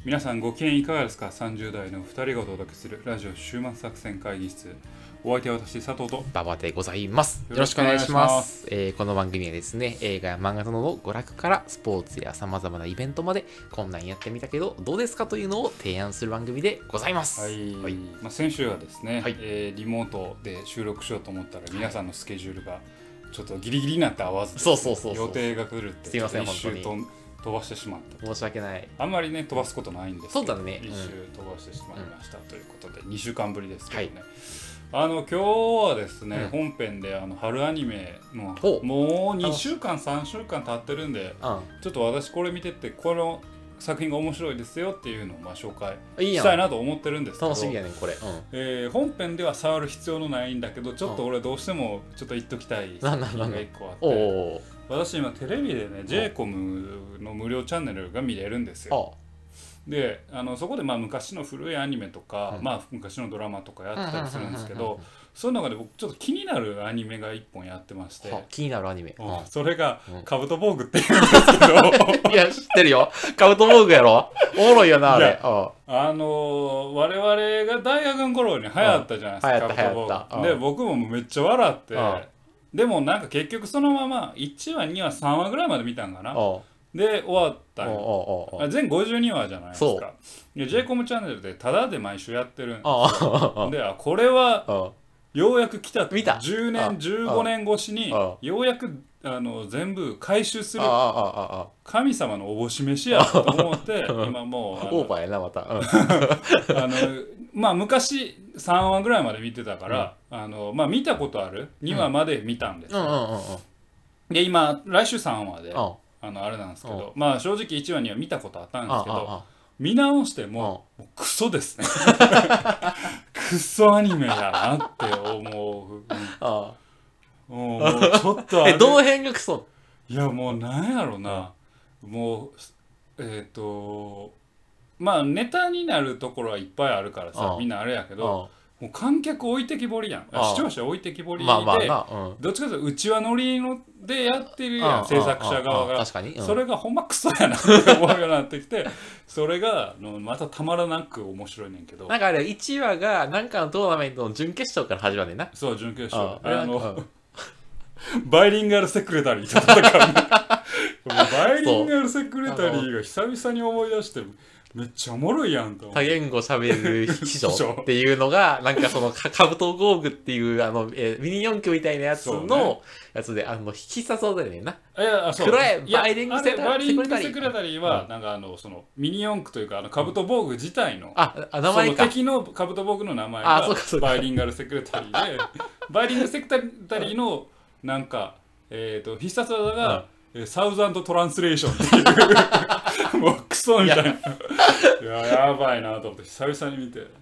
皆さんご機嫌いかがですか。30代の2人がお届けするラジオ週末作戦会議室。お相手は私佐藤と馬場でございます。よろしくお願いします。この番組はですね、映画や漫画などの娯楽からスポーツや様々なイベントまでこんなんやってみたけどどうですかというのを提案する番組でございます。 はい、はい。先週はですね、はい、リモートで収録しようと思ったら皆さんのスケジュールがちょっとギリギリになって合わずですね、そう予定が来るってすいません一周飛ばしてしまった。 申し訳ない。 あんまりね飛ばすことないんですけど、 そうだね、 一周飛ばしてしまいました、ということで2週間ぶりですけどね、はい、今日はですね、本編で春アニメのもう2週間3週間経ってるんで、ちょっと私これ見ててこの作品が面白いですよっていうのを紹介したいなと思ってるんですけど、 楽しみやねんこれ、 本編では触る必要のないんだけど、ちょっと俺どうしてもちょっと言っときたい作品が1個あって、私今テレビでね j コムの無料チャンネルが見れるんですよ。でそこで昔の古いアニメとか、昔のドラマとかやってたりするんですけど、その中で僕ちょっと気になるアニメが1本やってまして、 気になるアニメ、 それがカブトボーグっていうんですけどいや知ってるよ、カブトボーグやろ、おもろいよなあれ。 我々が大学の頃に流行ったじゃないですか、カブトボーグで、僕もめっちゃ笑って、でもなんか結局そのまま1話2話3話ぐらいまで見たんかな、で終わったよ。全52話じゃないですか。j コムチャンネルでタダで毎週やってるんですよ。でこれはようやく来たと、10年15年越しにようやく全部回収する神様のおぼし飯やと思って今もうオーバーやなまた昔3話ぐらいまで見てたから、見たことある2話まで見たんですよ。で今来週3話であれなんですけど、正直1話には見たことあったんですけど、見直してもクソですねクソアニメやなって思う。もうちょっとどの辺がクソ？ いやもうなんやろな、もうネタになるところはいっぱいあるからさ、みんなあれやけど、もう観客置いてきぼりやん、視聴者置いてきぼりで、どっちかというとうちわ乗りのでやってるやん、制作者側が。それがほんまクソやなって思うようになってきてそれがまたたまらなく面白いねんけど、 なんかあれ1話がなんかのトーナメントの準決勝から始まるねんな。 そう準決勝、バイリンガルセクレタリーと戦うバイリンガルセクレタリーが久々に思い出してめっちゃおもろいやんと。 多言語喋る秘書っていうのがなんかそのカブトゴーグっていうミニ四駆みたいなやつのやつで必殺技だよねんな。バイリングセクレタリーはなんかそのミニ四駆というかカブトボーグ自体の名前か、 敵のカブトボーグの名前がバイリンガルセクレタリーでバイリンガルセクレタリーのなんか必殺技がサウザンドトランスレーションっていうもうクソみたいなやばいなと思って久々に見て、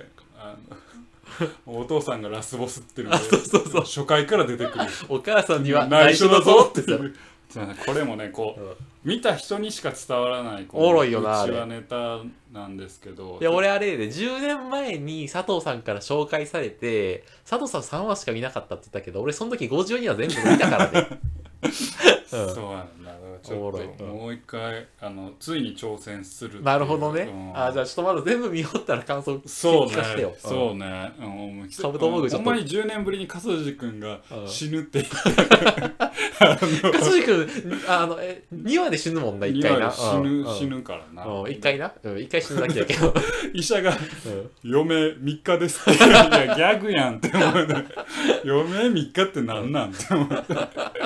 お父さんがラスボスってるので初回から出てくるお母さんには内緒だぞっていうこれもねこう見た人にしか伝わらないおもろいよな、 うちわネタなんですけど、 いや俺あれで10年前に佐藤さんから紹介されて、佐藤さん3話しか見なかったって言ったけど俺その時52話全部見たからねそうなんだ、ちょっともう一回ついに挑戦する。 なるほどね、じゃあちょっとまだ全部見よったら感想聞かせてよ。 そうね、 カブトボーグちょっとほんまに10年ぶりに勝地君が死ぬって勝地君2話で死ぬもんな、1回な。 死ぬからな、 1回な、1回死ぬだけだけど医者が余命3日ですっていやギャグやんって思う余命3日ってなんなんって思って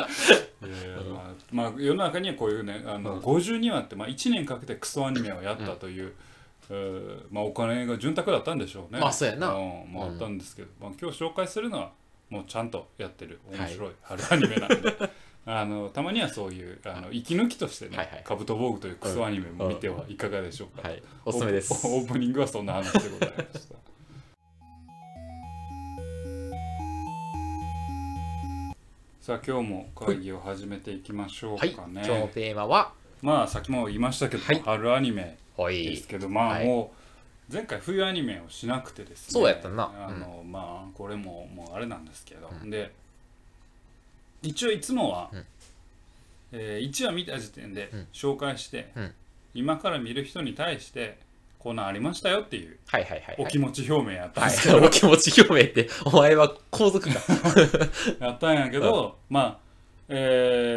世の中にはこういうね52話って1年かけてクソアニメをやったという、お金が潤沢だったんでしょうね。 そうやな、 あったんですけど、今日紹介するのはもうちゃんとやってる面白い春アニメなんでたまにはそういう息抜きとしてね、カブトボーグというクソアニメも見てはいかがでしょうか。 おすすめです。 オープニングはそんな話でございましたさあ今日も会議を始めていきましょうかね。 今日のテーマはさっきも言いましたけど、春アニメですけど、もう前回冬アニメをしなくてですね、 そうやったな、 これもうあれなんですけど、で一応いつもは、1話見た時点で紹介して、今から見る人に対してこんなんありましたよっていうはいはいはい、 お気持ち表明やったんですけど、 はい、お気持ち表明ってお前は皇族かやったんやけど、まあもう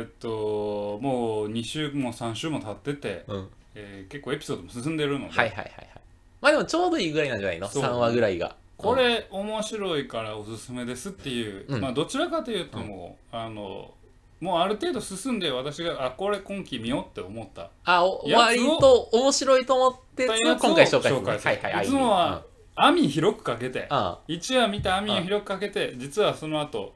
2週も3週も経ってて、結構エピソードも進んでるので、 はいはいはいはい、まあでもちょうどいいぐらいなんじゃないの、3話ぐらいが。 これ面白いからおすすめですっていう、まあどちらかというともう、もうある程度進んで私がこれ今期見ようって思った割と面白いと思って今回紹介する。 いつもは網広くかけて、1話見た網を広くかけて、実はその後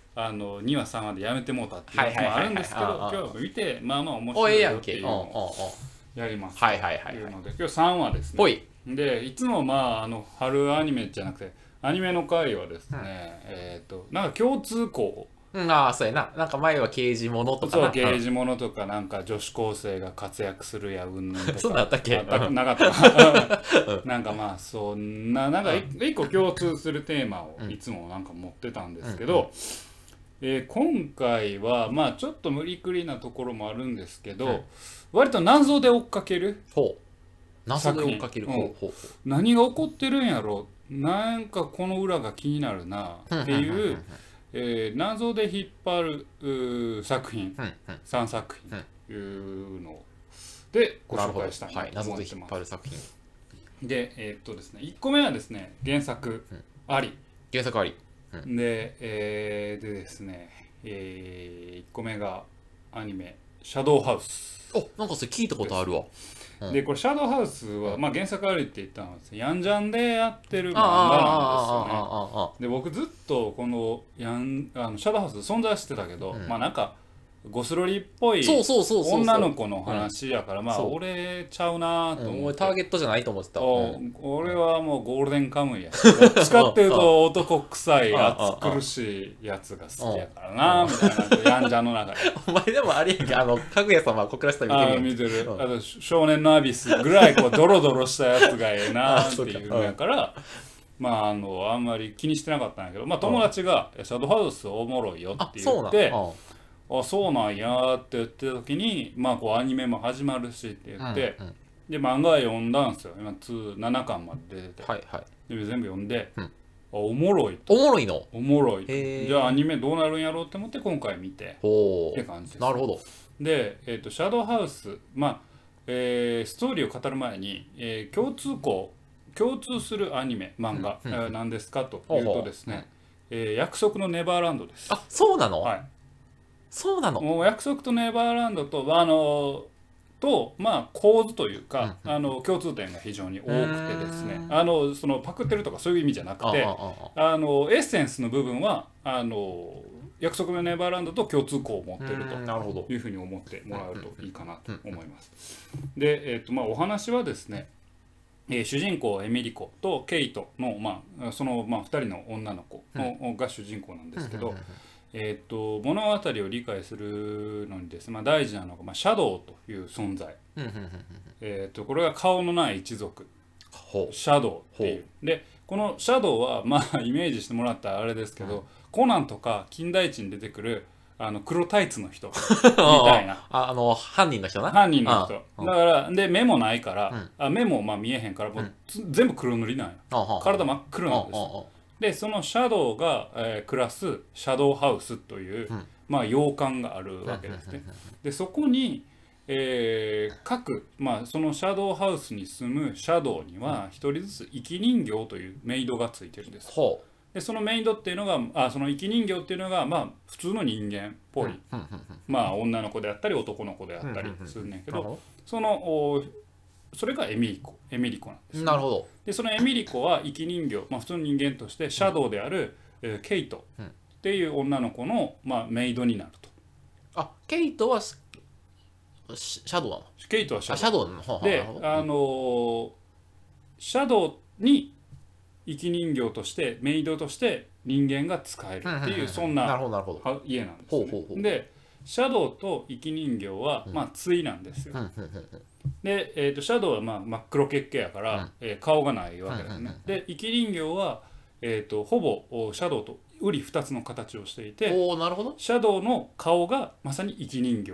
2話3話でやめてもうたっていうのもあるんですけど、今日は見てまあまあ面白いよっていうのをやりますというので、今日3話ですね。でいつもまあ春アニメじゃなくてアニメの回はですね、なんか共通項、 そうやな、なんか前は刑事物とかな、 刑事物とか、なんか女子高生が活躍するやうんぬんとかそんなんあったっけ、 なかったなんかまあそんななんか一個共通するテーマをいつもなんか持ってたんですけど、今回はまあちょっと無理くりなところもあるんですけど、割と謎で追っかける謎で追っかける、 何が起こってるんやろ、なんかこの裏が気になるなっていう謎で引っ張る作品、3作品というのでご紹介したいなと思ってます。 謎で引っ張る作品でですね、1個目はですね原作あり、 原作あり、 でですね、1個目がアニメシャドウハウス。 なんかそれ聞いたことあるわ。 でこれシャドウハウスは、まあ、原作ありって言ったのはヤンジャンでやってる漫画なんですよね。で僕ずっとこのシャドウハウス存在してたけど、まあなんかゴスロリっぽい女の子の話やから、まあ俺ちゃうなと思って、 ターゲットじゃないと思ってた。 俺はもうゴールデンカムイやし、どっちかっていうと男臭い暑苦しいやつが好きやからなみたいな、ヤンジャンの中で。 お前でもあれやんけ、かぐや様小倉下見てる。あと少年のアビスぐらいこうドロドロしたやつがええなっていうのやからまああんまり気にしてなかったんやけど、まあ友達がシャドウハウスおもろいよって言って、そうなんやって言ってた時に、まあこうアニメも始まるしって言って、で漫画読んだんですよ。今7巻まで出てて、で全部読んで、おもろいと。 おもろいの？ おもろい。じゃあアニメどうなるんやろうって思って今回見てって感じです。 なるほど。 でシャドウハウス、まあストーリーを語る前に、共通するアニメ漫画なんですかというとですね、約束のネバーランドです。 そうなの？ はい。 そうなの？ もう約束とネバーランドとまあ構図というか、共通点が非常に多くてですね、そのパクってるとかそういう意味じゃなくて、エッセンスの部分は約束のネバーランドと共通項を持っているというふうに思ってもらうといいかなと思います。で、まあ、お話はですね、主人公エミリコとケイトの、その、2人の女の子が主人公なんですけど、物語を理解するのにですね、大事なのが、シャドウという存在、これが顔のない一族、シャドウっていう。でこのシャドウはイメージしてもらったらあれですけど、コナンとか金田一に出てくる黒タイツの人みたいな犯人の人な。 犯人の人だからで、目もないから、目も見えへんからもう全部黒塗りなんや。体真っ黒なんです。でそのシャドウが、暮らすシャドウハウスという、洋館があるわけですね。でそこに、各、そのシャドウハウスに住むシャドウには一人ずつ生き人形というメイドがついてるんです。でそのメイドっていうのがその生き人形っていうのが普通の人間っぽい、女の子であったり男の子であったりするねんけど、それがエミリコなんです、ね。 なるほど。 でそのエミリコは生き人形、普通の人間としてシャドウである、ケイトっていう女の子の、メイドになると。 ケイトはシャドウなの？ ケイトはシャドウ。 シャドウなの？ でシャドウに生き人形としてメイドとして人間が使えるっていう、そんな家なんですね。でシャドウと生き人形は対なんですよ。で、シャドウは真っ黒血系やから、顔がないわけですね。で生き人形は、ほぼシャドウと瓜二つの形をしていて、シャドウの顔がまさに生き人形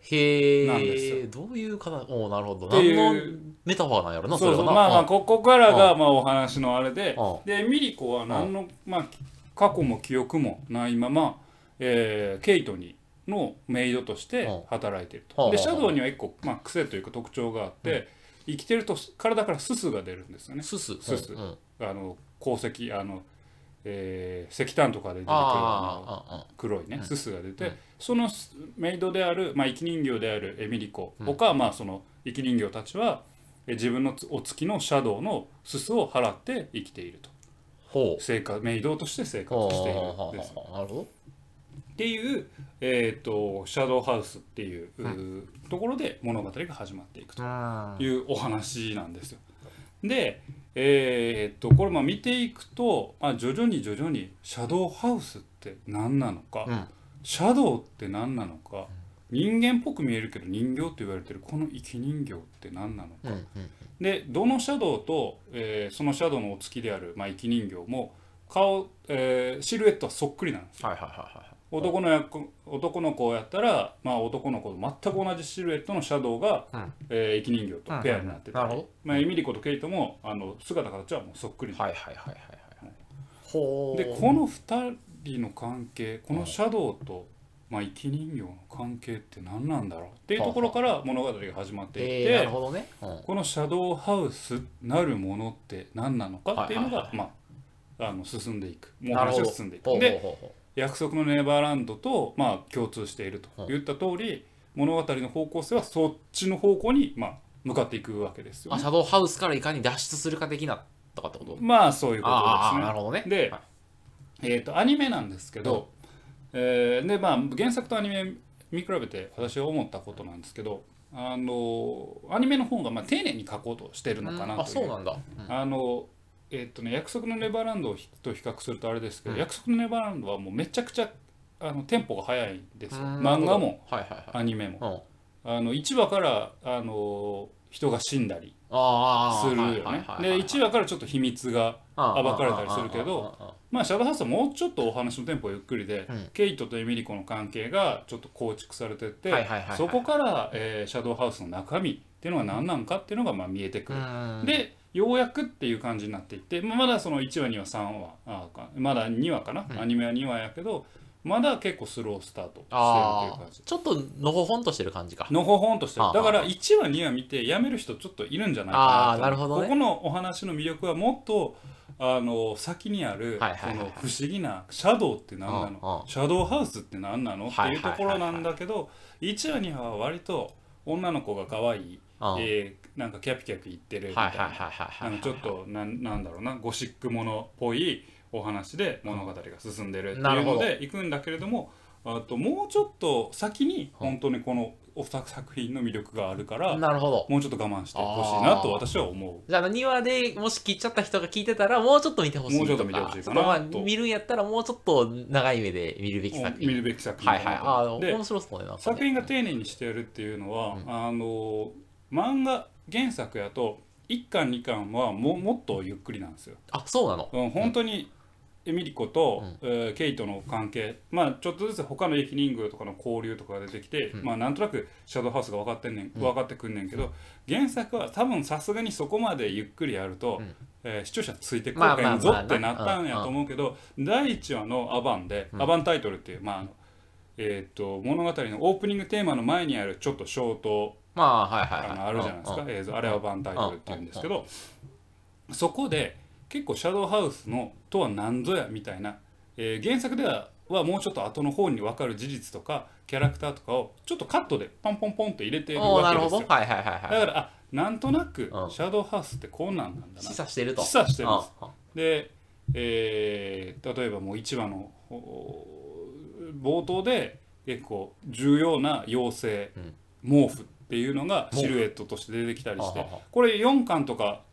なんですよ。 どういうかな、おなるほど。何のメタファーなんやろな、 それはな。まあまあ、ここからがまあお話のあれで、で、ミリコは何の、まあ、過去も記憶もないまま、ケイトのメイドとして働いていると。で、シャドウには一個、まあ、癖というか特徴があって、生きてると体からススが出るんですよね。スス。鉱石、石炭とかで出てくる黒いね、ススが出て、そのメイドである、まあ、生き人形であるエミリコ他、まあその生き人形たちは自分のお付きのシャドウのススを払って生きていると。メイドとして生活しているんです。っていう、シャドウハウスっていう、ところで物語が始まっていくというお話なんですよ。で、これまあ見ていくと、徐々にシャドウハウスって何なのか、シャドウって何なのか、人間っぽく見えるけど人形って言われてるこの生き人形って何なのか、でどのシャドウと、そのシャドウのお付きである、まあ、生き人形も顔、シルエットはそっくりなんですよ。男の子やったら、まあ、男の子と全く同じシルエットのシャドウが、生き人形とペアになってたり、まあ、エミリコとケイトも姿形はもうそっくりなんです。でこの2人の関係、このシャドウと、まあ、生き人形の関係って何なんだろうっていうところから物語が始まっていって、このシャドウハウスなるものって何なのかっていうのが、まあ、進んでいく、もう話が進んでいく。で約束のネバーランドと、まあ、共通していると言った通り、物語の方向性はそっちの方向に、まあ、向かっていくわけですよ、ね。 シャドウハウスからいかに脱出するか的なとかってこと？ まあそういうことですね。 なるほどね。 で、アニメなんですけど、でまあ原作とアニメ見比べて私が思ったことなんですけど、アニメの方がまあ丁寧に書こうとしてるのかなという。 そうなんだ。 約束のネバーランドと比較するとあれですけど、約束のネバーランドはもうめちゃくちゃテンポが速いんですよ。漫画もアニメも。1話から人が死んだりするよね。で1話からちょっと秘密が暴かれたりするけど、まあシャドウハウスはもうちょっとお話のテンポがゆっくりで、ケイトとエミリコの関係がちょっと構築されてて、そこから、シャドウハウスの中身っていうのが何なんかっていうのがまあ見えてくる。でようやくっていう感じになっていって、まだその1話2話3話まだ2話かな、アニメは2話やけどまだ結構スロースタートしてるという感じ。 ちょっとのほほんとしてる感じか。 のほほんとしてる。だから1話2話見てやめる人ちょっといるんじゃないかなと。 なるほどね。 ここのお話の魅力はもっと先にあるその不思議なシャドウって何なの、シャドウハウスって何なのっていうところなんだけど、1話2話は割と女の子が可愛いなんかキャピキャピ言ってるみたいな、ちょっとなんだろうな、ゴシックものっぽいお話で物語が進んでるっていうので行くんだけれども、もうちょっと先に本当にこの作品の魅力があるから、もうちょっと我慢してほしいなと私は思う。 じゃあ2話でもし切っちゃった人が聞いてたらもうちょっと見てほしいとか、 もうちょっと見てほしいかなと。 見るんやったらもうちょっと長い目で見るべき作品。 面白そうね。 作品が丁寧にしてやるっていうのは、漫画原作やと1巻2巻はもっとゆっくりなんですよ。 そうなの？ 本当にエミリコと、ケイトの関係、まあちょっとずつ他の生き人形とかの交流とかが出てきて、まあなんとなくシャドウハウスが分かってくんねんけど、原作は多分さすがにそこまでゆっくりやると、視聴者ついてこうへんぞってなったんやと思うけど、第1話のアバンで、アバンタイトルっていう、まあ物語のオープニングテーマの前にあるちょっとショートあるじゃないですか、映像、あれはアバンタイトルっていうんですけど、そこで結構シャドウハウスのとは何ぞやみたいな、原作ではもうちょっと後の方に分かる事実とかキャラクターとかをちょっとカットでポンポンポンと入れてるわけですよ。だからなんとなくシャドウハウスってこんなんなんだな、 示唆してると。 示唆してるんです。で、例えばもう1話の冒頭で結構重要な妖精、毛布っていうのがシルエットとして出てきたりして、これ4巻とか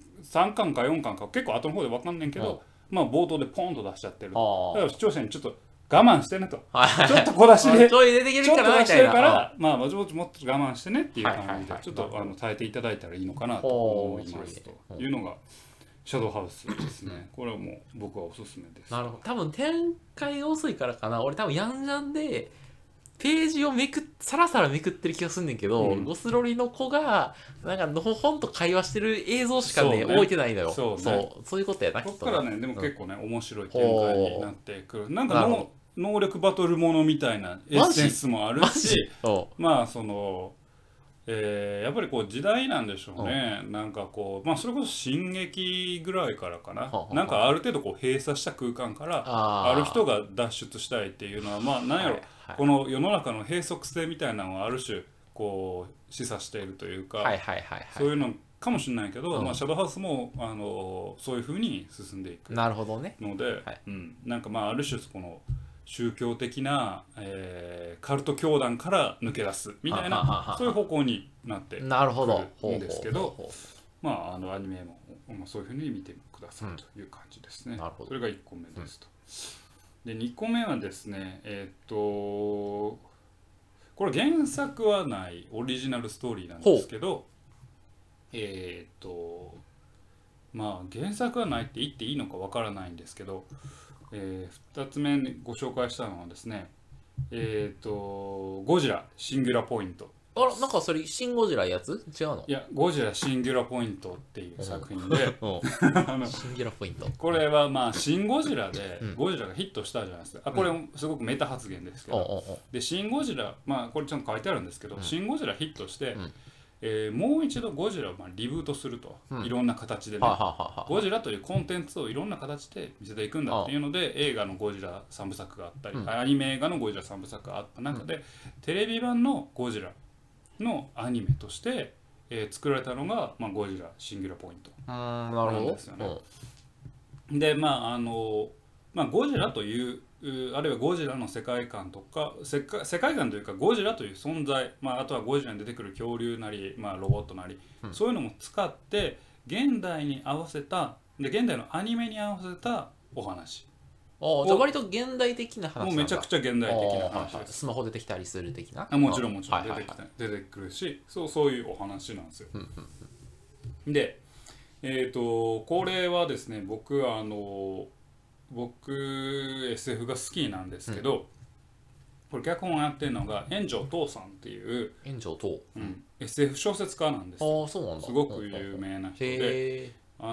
3巻か4巻か結構後の方で分かんねんけど、まあ冒頭でポンと出しちゃってる。だから視聴者にちょっと我慢してねと、ちょっと小出しでちょい出てきるから出してるから、まあもっと我慢してねっていう感じでちょっと耐えていただいたらいいのかなと思いますというのがシャドウハウスですね。これはもう僕はおすすめです。 なるほど。多分展開遅いからかな。俺多分ヤンジャンでページをさらさらめくってる気がすんねんけど、ゴスロリの子が、なんかのほほんと会話してる映像しかね、置いてないのよ。そういうことやな、 こっからね、でも結構ね、面白い展開になってくる。なんか能力バトルものみたいなエッセンスもあるし、まあその、やっぱりこう時代なんでしょうね。なんかこう、まあそれこそ進撃ぐらいからかな。なんかある程度こう閉鎖した空間からある人が脱出したいっていうのは、まあなんやろ、この世の中の閉塞性みたいなのはある種こう示唆しているというか、そういうのかもしれないけど、まあシャドウハウスもそういうふうに進んでいくので、なんかまあある種この宗教的な、カルト教団から抜け出すみたいなそういう方向になってくるんですけど、まあアニメも、まあ、そういうふうに見てくださいという感じですね。それが1個目ですと。で2個目はですねこれ原作はないオリジナルストーリーなんですけどまあ原作はないって言っていいのかわからないんですけど、2つ目にご紹介したのはですねゴジラシンギュラポイント。 あら、なんかそれシン・ゴジラやつ違うの？ いや、ゴジラシンギュラポイントっていう作品でシンギュラポイント、 これはまあシン・ゴジラでゴジラがヒットしたじゃないですか。これすごくメタ発言ですけど、でシン・ゴジラ、まあこれちゃんと書いてあるんですけど、シン・ゴジラヒットしてもう一度ゴジラをリブートすると、いろんな形でね、ゴジラというコンテンツをいろんな形で見せていくんだっていうので、映画のゴジラ3部作があったり、アニメ映画のゴジラ3部作があった中で、テレビ版のゴジラのアニメとして、作られたのが、まあ、ゴジラシンギュラポイントなんですよね。でまあまあ、ゴジラというあるいはゴジラの世界観とか世界観というかゴジラという存在、まあ、あとはゴジラに出てくる恐竜なり、まあ、ロボットなり、そういうのも使って現代に合わせたで現代のアニメに合わせたお話。 じゃあ割と現代的な話なんだ。 もうめちゃくちゃ現代的な話です。 スマホ出てきたりする的な。 もちろん出てくるし、そういうお話なんですよ。でこれはですね、僕SF が好きなんですけど、これ脚本をやってるのが円城東さんっていうSF 小説家なんですよ。 そうなんだ。 すごく有名な人で、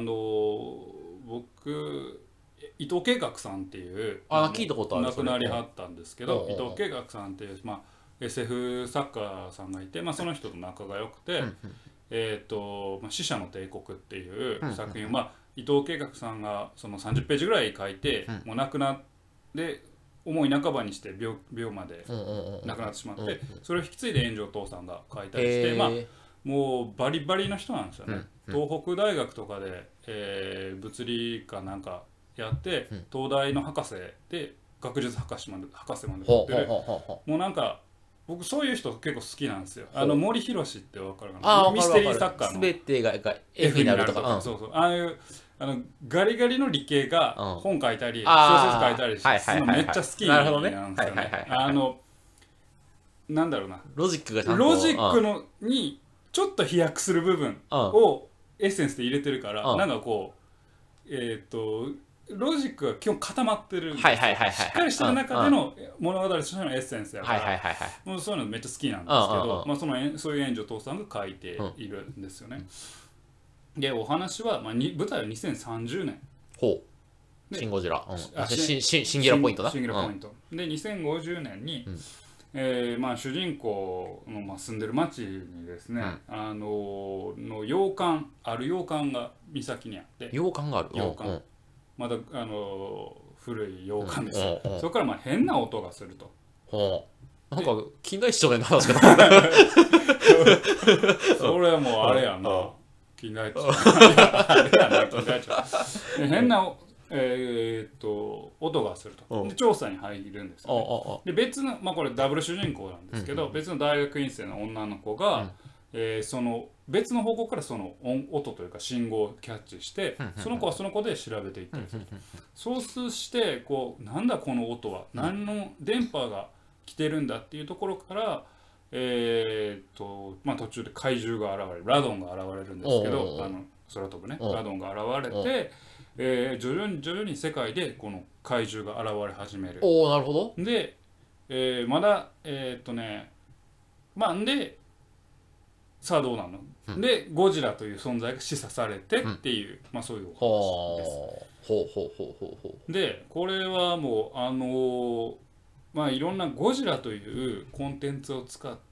僕伊藤計画さんっていう聞いたことある。 亡くなりはったんですけど、伊藤計画さんっていう、まあ、SF 作家さんがいて、まあ、その人と仲が良くて死者の帝国っていう作品を、まあ、伊藤計画さんがその30ページぐらい書いて、もう亡くなって思い半ばにして病まで亡くなってしまって、それを引き継いで円城東さんが書いたりして、まあもうバリバリの人なんですよね。東北大学とかで、物理かなんかやって、東大の博士で学術博士まで取ってる、もうなんか僕そういう人結構好きなんですよ。森博って分かるかな。ミステリー作家の全てが F になるとか、 そうそう、ああいうガリガリの理系が本書いたり小説書いたりしてするのめっちゃ好きなんですよね。なんだろうな、 ロジックがちゃんとロジックのにちょっと飛躍する部分をエッセンスで入れてるから、なんかこうロジックが基本固まってるんですよ。しっかりしてる中での物語としてのエッセンスやから、もうそういうのめっちゃ好きなんですけど、まあそういう援助父さんが書いているんですよね。でお話は、まあ、舞台は2030年。 シン・ゴジラ、シンギュラポイントだ。 シンギュラポイント。で2050年に、まあ、主人公の、住んでる町にですね、の洋館ある洋館が岬にあって。 洋館がある。 洋館、まだ古い洋館ですよ。そこからまあ変な音がすると。 なんか近代史上の話かと思った。 それはもうあれやな。近代史。あれやな、近代史。変な音がすると。で調査に入るんですよね。で別の、まあこれダブル主人公なんですけど、別の大学院生の女の子が、その別の方向からその音というか信号をキャッチして、その子はその子で調べていったりする。そうしてこうなんだこの音は、何の電波が来てるんだっていうところから、まあ、途中で怪獣が現れる、ラドンが現れるんですけど、空飛ぶねラドンが現れて、徐々に世界でこの怪獣が現れ始める。 なるほど。 で、 まだまあんでさあどうなの、でゴジラという存在が示唆されてっていう、まあそういうお話です。 ほうほうほうほうほう。でこれはもうまあいろんなゴジラというコンテンツを使った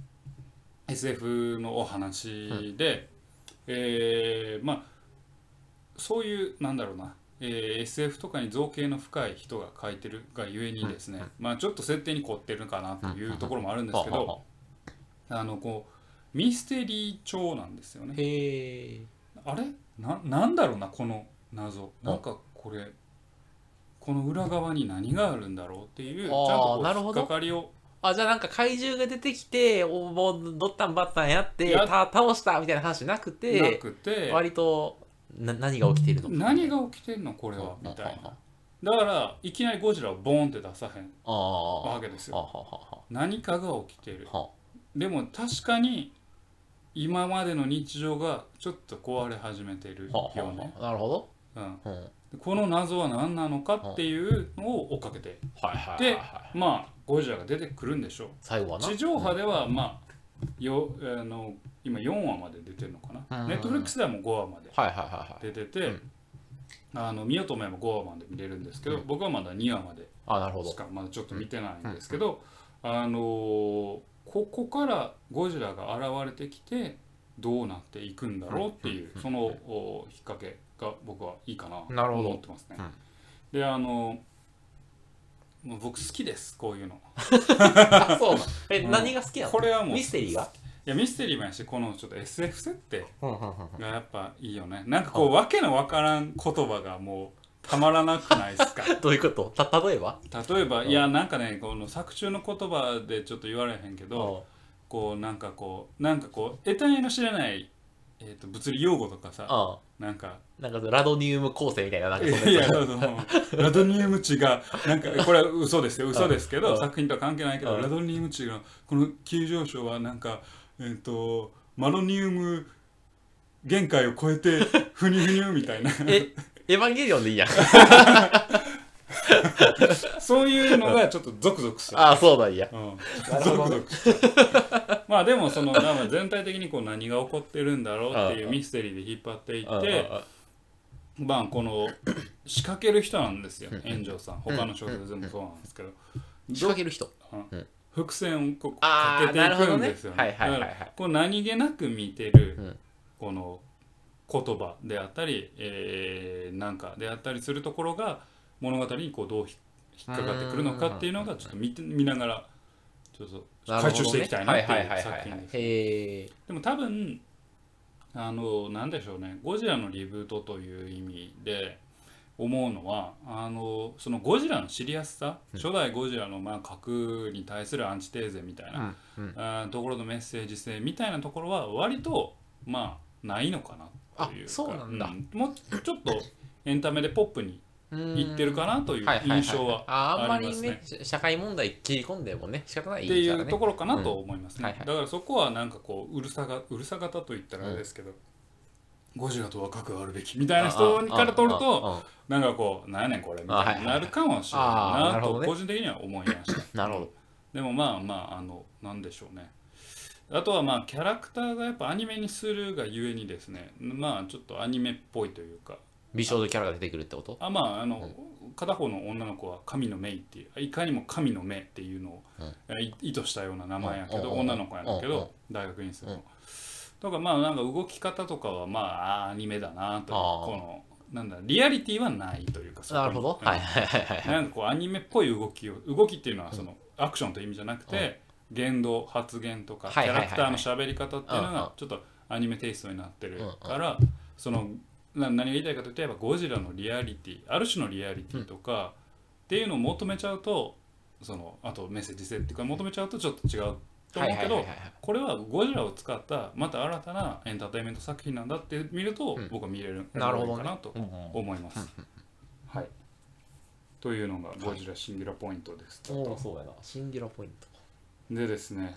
SF のお話で、まあそういうなんだろうな、SF とかに造形の深い人が書いてるがゆえにですね、まあちょっと設定に凝ってるかなというところもあるんですけど、こうミステリー調なんですよね。 へえ。 あれなんだろうなこの謎、なんかこの裏側に何があるんだろうっていうちゃんとこう引っかかりを。 じゃあなんか怪獣が出てきてもうドッタンバッタンやって倒したみたいな話じゃなくて割と何が起きてるの何が起きてるのこれはみたいな。だからいきなりゴジラをボーンって出さへんわけですよ。何かが起きてる。でも確かに今までの日常がちょっと壊れ始めているよね。 なるほど、この謎は何なのかっていうのを追っかけて、でまあゴジラが出てくるんでしょう。 最後はな。 地上波ではまあ今4話まで出てるのかな。ネットフリックスではもう5話まで出てて、見ようと思えば5話まで見れるんですけど、僕はまだ2話までしかまだちょっと見てないんですけど、ここからゴジラが現れてきてどうなっていくんだろうっていうその引っ掛けが僕はいいかなと思ってますね。で僕好きですこういうの。 そうな。何が好きなの？ これはもうミステリーが？ いやミステリーもやし、このちょっと SF 設定がやっぱいいよね。なんかこうわけのわからん言葉がもうたまらなくないですか？ どういうこと？例えば、 いやなんかね、この作中の言葉でちょっと言われへんけど、こうなんか得体の知らない物理用語とかさ、なんかラドニウム構成みたいな、なんかそんなやつ、ラドニウム値がなんかこれは嘘ですけど、作品とは関係ないけど、ラドニウム値がこの急上昇はなんかマロニウム限界を超えてふにふにゅみたいな。 エヴァンゲリオンでいいやん。 そういうのがちょっとゾクゾクする。 そうだいや。 ゾクゾクする。まあでも全体的にこう何が起こってるんだろうっていうミステリーで引っ張っていって、まあこの仕掛ける人なんですよ、炎上さん。他の小説でもそうなんですけど。 仕掛ける人。 伏線をこうかけていくんですよね。だからこう何気なく見てるこの言葉であったり、なんかであったりするところが物語にこうどう引っかかってくるのかっていうのがちょっと見ながらちょっと回収していきたいなっていう作品です。でも多分なんでしょうね、ゴジラのリブートという意味で思うのはそのゴジラのシリアスさ、初代ゴジラのまあ核に対するアンチテーゼみたいなところのメッセージ性みたいなところは割とまあないのかなというか、 そうなんだ、 もうちょっとエンタメでポップにいってるかなという印象はありますね。 社会問題切り込んでもね仕方ないっていうところかなと思いますね。だからそこはなんかこううるさ型と言ったらあれですけど、ゴジラとは核があるべきみたいな人から取るとなんかこうなんやねんこれみたいになるかもしれないなと個人的には思いました。 なるほど。 でもまあなんでしょうね。あとはまあキャラクターがやっぱアニメにするがゆえにですね、まあちょっとアニメっぽいというか。 美少女キャラが出てくるってこと？ 片方の女の子は神のメイっていういかにも神の目っていうのを意図したような名前やけど、女の子やけど大学院生のとか、まあなんか動き方とかはまあアニメだなと、このなんだリアリティはないというか、 なるほど、 なんかこうアニメっぽい動きっていうのはそのアクションという意味じゃなくて言動発言とかキャラクターの喋り方っていうのがちょっとアニメテイストになってるから、その何が言いたいかというと、やっぱゴジラのリアリティ、ある種のリアリティとかっていうのを求めちゃうと、あとメッセージ性っていうか求めちゃうとちょっと違うと思うけど、これはゴジラを使ったまた新たなエンターテインメント作品なんだって見ると、僕は見れるかなと思います。はい。というのがゴジラシンギュラポイントです。 そうやな、シンギュラポイント。 でですね。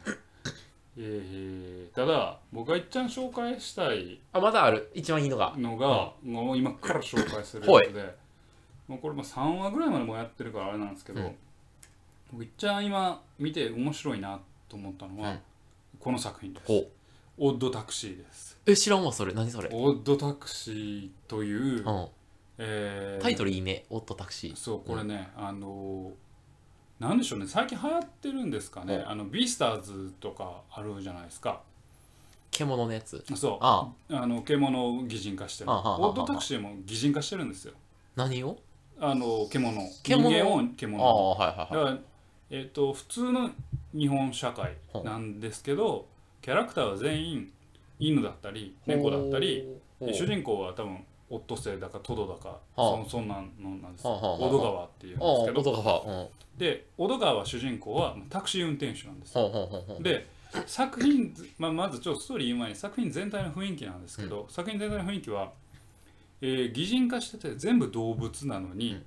ただ僕が一番紹介したいまだある一番いいのがもう今から紹介するやつで、もうこれ3話ぐらいまでもやってるからあれなんですけど、 僕一番今見て面白いなと思ったのは、この作品です。オッドタクシーです。 知らんわそれ。何それ。 オッドタクシーという、 タイトルいいね。オッドタクシー。 そうこれね、なんでしょうね、最近流行ってるんですかね。ビースターズとかあるじゃないですか。 獣のやつ。 そう。獣を擬人化してる。オッドタクシーも擬人化してるんですよ。 何を？ 獣。人間を獣。 だから、 普通の日本社会なんですけど、キャラクターは全員犬だったり猫だったり、主人公は多分オットセイだかトドだか、そんなのなんです。オド川っていうんですけど、でオド川主人公はタクシー運転手なんです。で作品、まずちょっとストーリー言う前に作品全体の雰囲気なんですけど、作品全体の雰囲気は、擬人化してて全部動物なのに、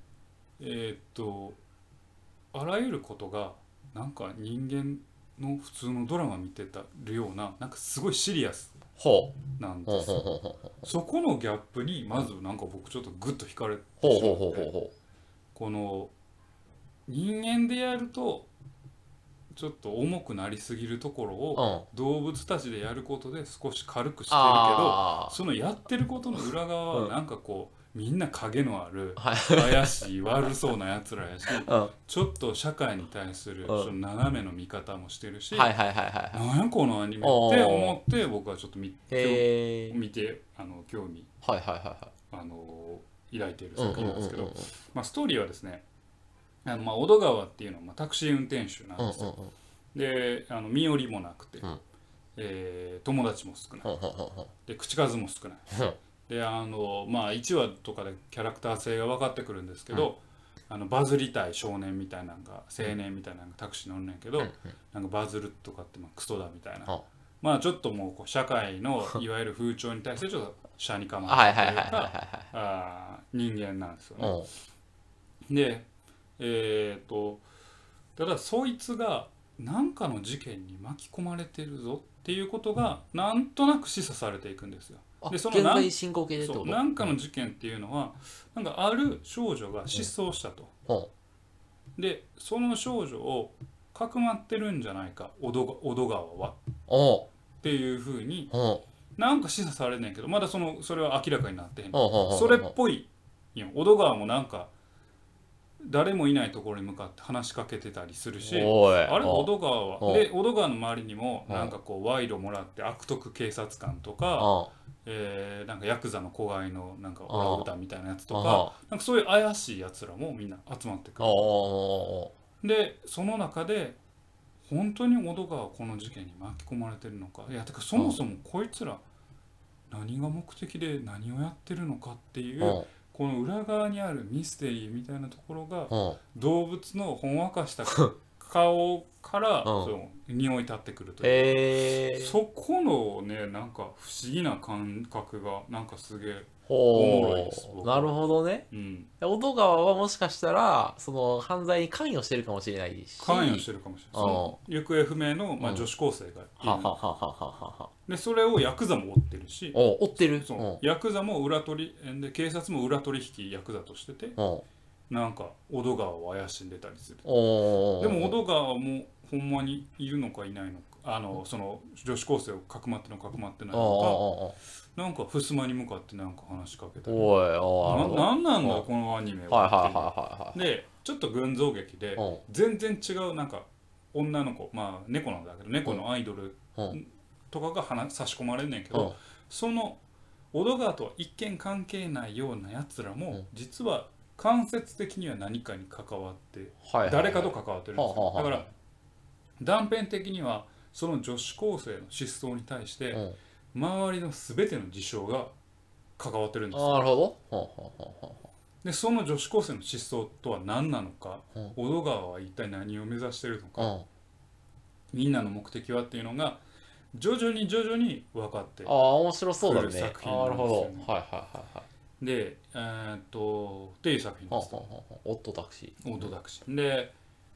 あらゆることがなんか人間の普通のドラマ見てたるような、なんかすごいシリアスなんです。そこのギャップにまずなんか僕ちょっとグッと惹かれてしまって、この人間でやるとちょっと重くなりすぎるところを動物たちでやることで少し軽くしてるけど、そのやってることの裏側はなんかこうみんな影のある怪しい悪そうなやつらやし、ちょっと社会に対するその斜めの見方もしてるし、なんやこのアニメって思って僕はちょっと見て興味抱いている作品なんですけど、ストーリーはですね、小戸川っていうのはタクシー運転手なんですよ。で身寄りもなくて、友達も少ないで口数も少ない。で1話とかでキャラクター性が分かってくるんですけど、バズりたい少年みたいなのが青年みたいなのがタクシー乗るんやけど、なんかバズるとかってクソだみたいな、ちょっともう社会のいわゆる風潮に対してちょっと斜に構えてというか人間なんですよね。でただそいつが何かの事件に巻き込まれてるぞっていうことがなんとなく示唆されていくんですよ。でその現在進行形でってこと？ 何かの事件っていうのはなんかある少女が失踪したと。でその少女をかくまってるんじゃないか小戸川はっていうふうになんか示唆されんねんけど、まだそれは明らかになってへん。それっぽいよ。小戸川もなんか誰もいないところに向かって話しかけてたりするし、あれ小戸川はで小戸川の周りにもなんかこう賄賂もらって悪徳警察官とか、なんかヤクザの子飼いのなんかオランウータンみたいなやつとか、なんかそういう怪しいやつらもみんな集まってくる。でその中で本当に小戸川はこの事件に巻き込まれてるのか、いやてかそもそもこいつら何が目的で何をやってるのかっていうこの裏側にあるミステリーみたいなところが動物のほんわかした顔から匂い立ってくるというか、そこのねなんか不思議な感覚がなんかすげえおもろいです。 なるほどね。小戸川はもしかしたらその犯罪に関与してるかもしれないし、 関与してるかもしれない。その行方不明の女子高生がいる。でそれをヤクザも追ってるし、 追ってる。 ヤクザも裏取りで警察も裏取引ヤクザとしてて、なんか小戸川を怪しんでたりする。でも小戸川もほんまにいるのかいないのか、その女子高生をかくまってないのか、なんか襖に向かってなんか話しかけたり、なんなんだこのアニメはっていう。でちょっと群像劇で全然違うなんか女の子、猫なんだけど猫のアイドルとかが差し込まれんねんけど、その小戸川とは一見関係ないようなやつらも実は間接的には何かに関わって誰かと関わってるんですよ。だから断片的にはその女子高生の失踪に対して周りの全ての事象が関わってるんですよ。 なるほど。でその女子高生の失踪とは何なのか、小戸川は一体何を目指してるのか、みんなの目的はっていうのが徐々に分かってくる面白そうだね。 作品なんですよね。でっていう作品です。 オッドタクシーで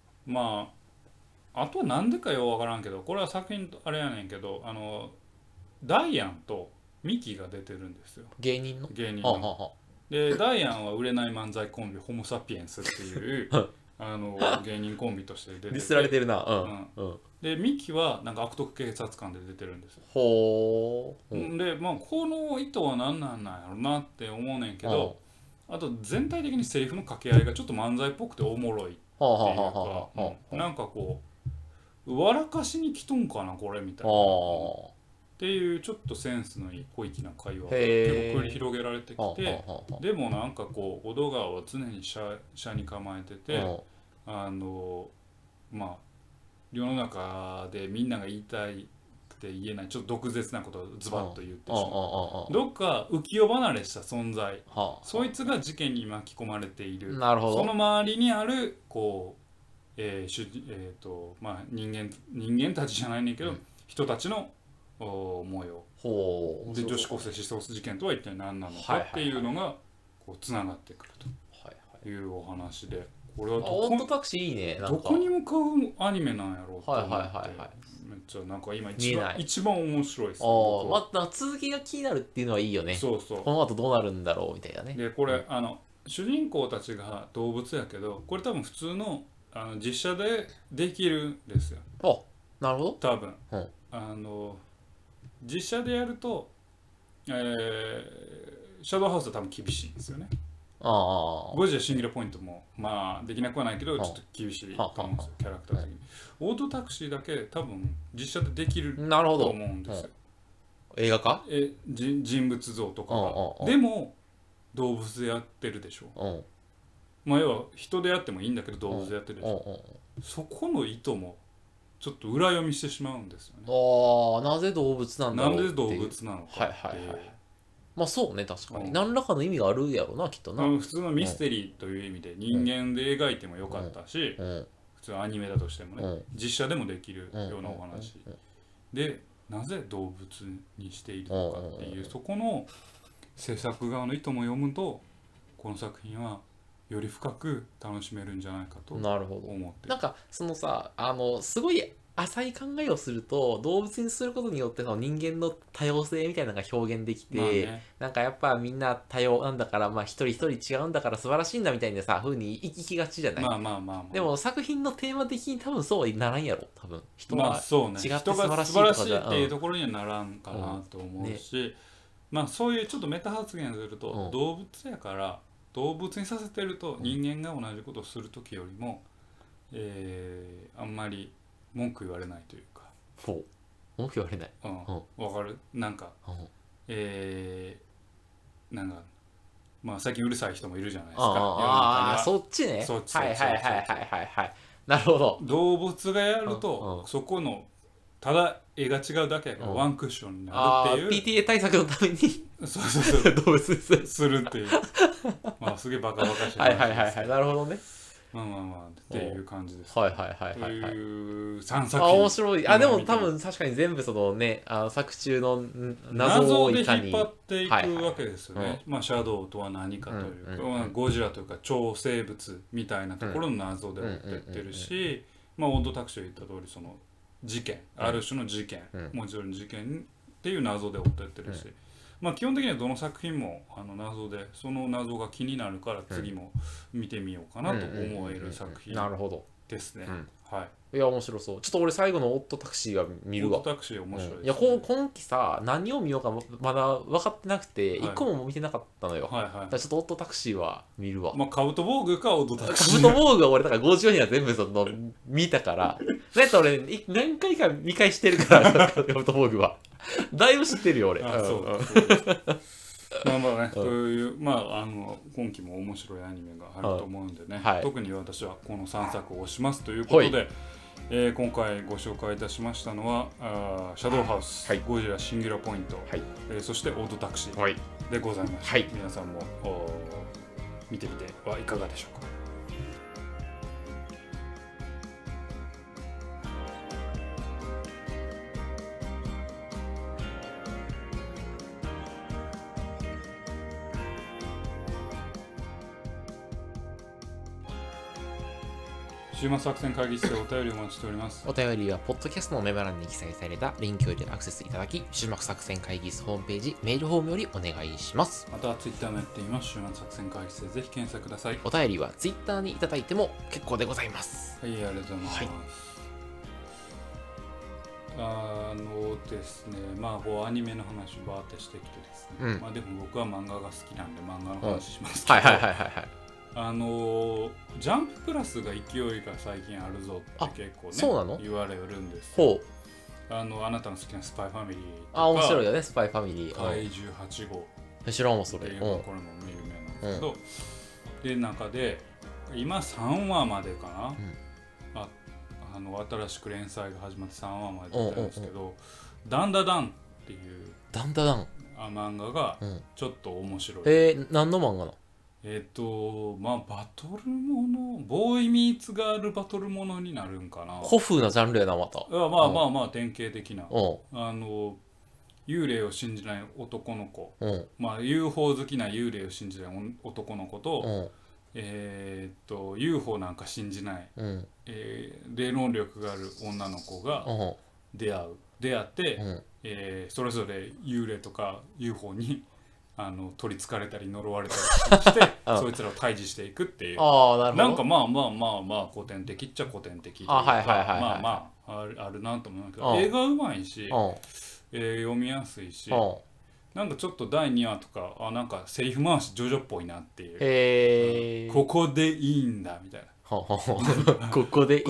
あとは何でかよう分からんけど、これは作品あれやねんけどダイアンとミキが出てるんですよ。 芸人のでダイアンは売れない漫才コンビホモ・サピエンスっていう芸人コンビとして出ててディスられてるな。 でミキはなんか悪徳警察官で出てるんですよ。 ほう。でまあこの意図は何なんやろなって思うねんけど、あと全体的にセリフの掛け合いがちょっと漫才っぽくておもろいっていうか、なんかこう笑かしに来とんかなこれみたいなっていうちょっとセンスのいい小粋な会話が結構繰り広げられてきて、でもなんかこう小戸川は常に車に構えてて、まあ世の中でみんなが言いたいって言えないちょっと毒舌なことをズバッと言ってしまう。どっか浮世離れした存在、そいつが事件に巻き込まれている。 なるほど。 その周りにあるこうまあ人間たちじゃないねんけど、人たちの模様で女子高生失踪事件とは一体何なのかっていうのがこうつながってくるというお話で、これはオートタクシーいいね。 どこに向かうアニメなんやろうと思って、めっちゃなんか今一番面白いですね。 まあ続きが気になるっていうのはいいよね。 そうそう。 この後どうなるんだろうみたいなね。 でこれ主人公たちが動物やけど、これ多分普通の実写でできるんですよ。 なるほど。 多分実写でやると、シャドウハウスは多分厳しいんですよね。ゴジラシンギュラポイントもまあできなくはないけどちょっと厳しいと思うんですよ、キャラクター的に。オートタクシーだけ多分実写でできると思うんですよ。 映画化？ 人物像とかが。でも動物でやってるでしょ。まあ要は人でやってもいいんだけど動物でやってるでしょ。そこの意図もちょっと裏読みしてしまうんですよね。 なぜ動物なんだろうっていう。 なんで動物なのかっていう。 まあそうね、確かに何らかの意味があるやろな、きっとな。 普通のミステリーという意味で人間で描いてもよかったし、普通アニメだとしてもね、実写でもできるようなお話で、なぜ動物にしているのかっていう、そこの制作側の意図も読むとこの作品はより深く楽しめるんじゃないかと思って。 なんかそのさ、すごい浅い考えをすると動物にすることによっての人間の多様性みたいなのが表現できて、なんかやっぱみんな多様なんだから、まあ一人一人違うんだから素晴らしいんだみたいなさ風に生きがちじゃない。でも作品のテーマ的に多分そうはならんやろ。多分人は違って素晴らしいとかじゃ、 っていうところにはならんかなと思うし、まあそういうちょっとメタ発言すると、動物やから動物にさせてると人間が同じことをする時よりも、あんまり文句言われないというか。 文句言われない。 わかる？なんか、なんかまあ最近うるさい人もいるじゃないですか。 そっちね。 そっち。 なるほど。 動物がやるとそこのただ絵が違うだけやからワンクッションになるっていう。 PTA 対策のためにそう動物するっていう。まあすげえバカバカしい。 なるほどね。 まあっていう感じです。 という3作品。 面白い。でも多分確かに全部そのね、作中の謎をいかに引っ張っていくわけですよね。まあシャドウとは何かというか、ゴジラというか超生物みたいなところの謎で追ってってるし、まあオートタクシーが言った通りその事件、ある種の事件、もちろん事件っていう謎で追ってってるし。まあ基本的にはどの作品も謎で、その謎が気になるから次も見てみようかなと思える作品ですね。 いや面白そう。ちょっと俺最後のオットタクシーは見るわ。 オットタクシー面白いですね。 いや今期さ何を見ようかまだ分かってなくて一個も見てなかったのよ。だからちょっとオットタクシーは見るわ。 まあカブトボーグかオットタクシー。カブトボーグは俺だから50には全部その見たから。だって俺何回か見返してるからカブトボーグは。だいぶ知ってるよ俺。 まあね、という今期も面白いアニメがあると思うんでね、特に私はこの3作を推しますということで、今回ご紹介いたしましたのはシャドウハウス、ゴジラシンギュラポイント、そしてオートタクシーでございました。皆さんも見てみてはいかがでしょうか。 週末作戦会議室でお便りお待ちしております。 お便りはポッドキャストのメモ欄に記載されたリンクよりアクセスいただき、週末作戦会議室ホームページメールフォームよりお願いします。 またツイッターもやっています。週末作戦会議室でぜひ検索ください。 お便りはツイッターにいただいても結構でございます。 はい、ありがとうございます。ですね、まあこうアニメの話をバーってしてきてですね、まあでも僕は漫画が好きなんで漫画の話しますけど、ジャンププラスが勢いが最近あるぞって結構ね、 そうなの言われるんですよ。あなたの好きなスパイファミリーとか、 面白いよね、スパイファミリー。 怪獣8号。 知らんもそれ。 これも有名なんですけど、で中で今3話までかな。新しく連載が始まって3話まで出てるんですけど、ダンダダンっていう漫画がちょっと面白い。 何の漫画なの？ まあバトルもの、ボーイミーツガールバトルものになるんかな。 古風なジャンルやな、また。 まあ典型的な。幽霊を信じない男の子、まあ UFO 好きな幽霊を信じない男の子と、UFO なんか信じない、霊能力がある女の子が出会って、それぞれ幽霊とか UFO に取りつかれたり呪われたりしてそいつらを退治していくっていう。なんかまあ古典的っちゃ古典的というか、まああるなと思うんだけど、映画うまいし、読みやすいし、なんかちょっと第2話とかなんかセリフ回しジョジョっぽいなっていう、ここでいいんだみたいなここでいい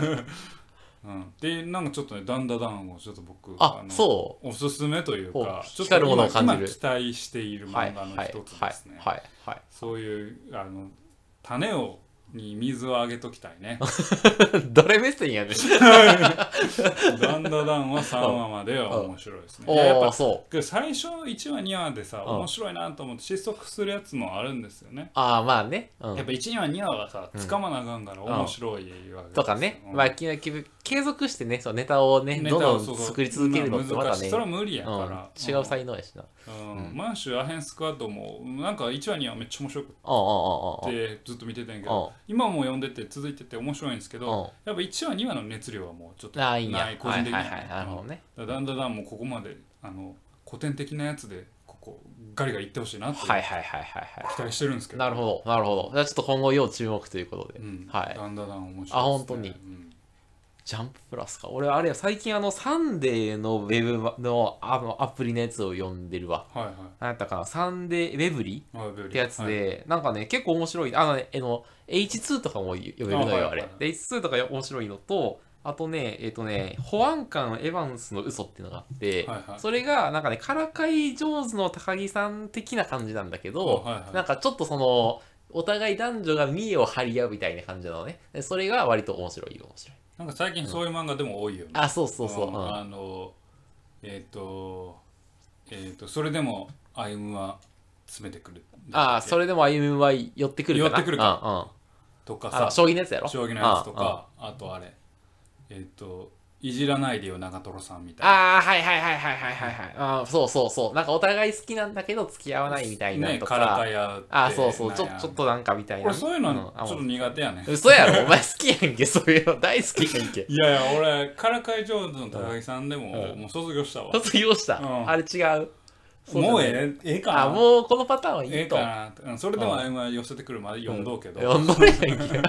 でなんかちょっとねダンダダンをちょっと僕おすすめというかちょっと今期待している漫画の一つですね。そういう種に水をあげときたいね。 誰目線やねん。 ダンダダンは3話までは面白いですね。やっぱ最初1話2話でさ面白いなと思って失速するやつもあるんですよね。 まあね。 やっぱ1話2話はさつかまなあかんから面白いわけとかね。まあ継続してね、ネタをねどんどん作り続けるのってまだね、 それは無理やから違う才能やしな。 満州アヘンスクワッドもなんか1話2話めっちゃ面白くってずっと見てたんやけど、今も読んでて続いてて面白いんですけど、やっぱ1話2話の熱量はもうちょっとない個人的に。なるほどね。だんだんもうここまで古典的なやつでガリガリいってほしいなって期待してるんですけど。 なるほどなるほど。じゃあちょっと今後要注目ということで。 だんだん面白いですね。 本当に。ジャンププラスか。俺あれ最近サンデーのウェブのアプリのやつを読んでるわ。何やったかな、サンデーウェブリってやつで、なんかね結構面白い。H2 とかも読めるのよあれ。で H2 とか面白いのと、あとね保安官エヴァンスの嘘っていうのがあって、それがなんかねからかい上手の高木さん的な感じなんだけど、なんかちょっとお互い男女が見栄を張り合うみたいな感じなのね。それが割と面白い。 なんか最近そういう漫画でも多いよね。 そう。 それでも歩夢は詰めてくる。 それでも歩夢は寄ってくるかな。 寄ってくるか。とかさ。 将棋のやつやろ。 将棋のやつとか、あとあれ。いじらないでよ長瀞さんみたいな。 はい。そう。なんかお互い好きなんだけど付き合わないみたいなとか。 からかい合う。 そう。ちょっとなんかみたいな。 俺そういうのちょっと苦手やね。 嘘やろ、お前好きやんけ、そういうの大好きやんけ。 いや俺からかい上手の高木さんでももう卒業したわ。 卒業した。あれ違う。 もうええかな。 もうこのパターンはいいと。 ええかな。それでも歩夢は寄せてくるまで読んどうけど。 読んどるやんけ。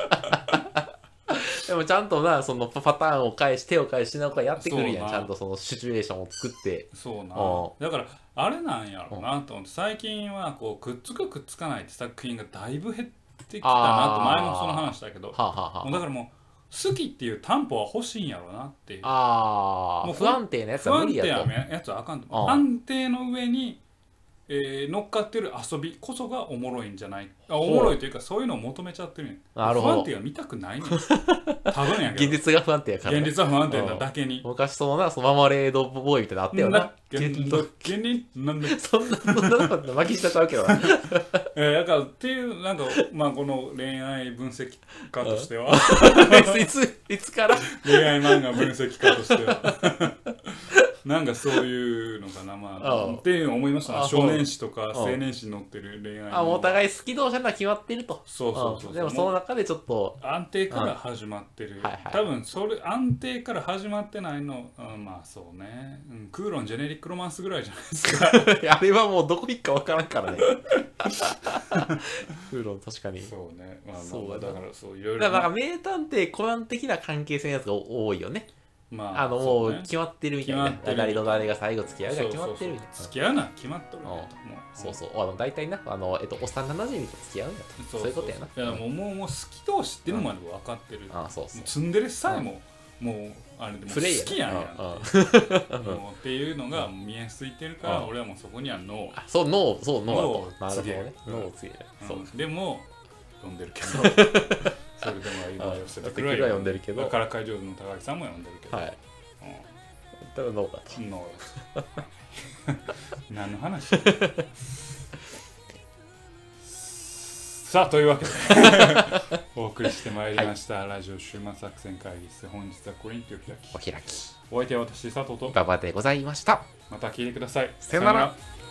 でもちゃんとな、そのパターンを手を返しながらやってくるやん。ちゃんとそのシチュエーションを作って。 そうな。だからあれなんやろうなと思って、最近はくっつくくっつかないって作品がだいぶ減ってきたなと、前もその話だけど、だからもう好きっていう担保は欲しいんやろうなっていう。 もう不安定なやつは無理やと。 不安定なやつはあかんと。安定の上に乗っかってる遊びこそがおもろいんじゃない。おもろいというかそういうのを求めちゃってるんや。不安定は見たくないねん。多分やけど。 現実が不安定やから。 現実は不安定なだけに。 昔そのママレードボーイみたいなのあったよな。 なんでそんなこと巻き舌ちゃうけどな。 だからっていうなんかこの恋愛分析家としては。 いつから恋愛漫画分析家としては。 なんかそういうのかな、まあっていうのを思いました。少年誌とか青年誌に載ってる恋愛お互い好き同士は決まってると。 そうでもその中でちょっと安定から始まってる、多分それ安定から始まってないの、まあそうね、クーロンジェネリックロマンスぐらいじゃないですか。 あれはもうどこ行くか分からんからね。クーロン確かにそうね、まあだからそういろいろ、だから名探偵コナン的な関係性のやつが多いよね。 まあもう決まってるみたいな。誰と誰が最後付き合うが決まってるみたいな。 付き合うな決まっとるね。 そうそう。大体な、幼馴染と付き合うんだと。そういうことやな。 いやもう好き同士っていうのまで分かってる。 そうそう。 ツンデレさえももうあれでも好きやんやんっていうのが見えすいてるから、俺はもうそこにはノー。 そうノーだと。なるほどね。ノーを告げる。 でも読んでるけど。それでも今寄せてくれは読んでるけど、 からかい上手の高木さんも読んでるけど、 はい。だからノーだと。 ノー。何の話？さあというわけでお送りしてまいりました、ラジオ終末作戦会議室、本日はこれにてお開き。 お開き。 お相手は私佐藤と馬場でございました。 また聞いてください。 さよなら。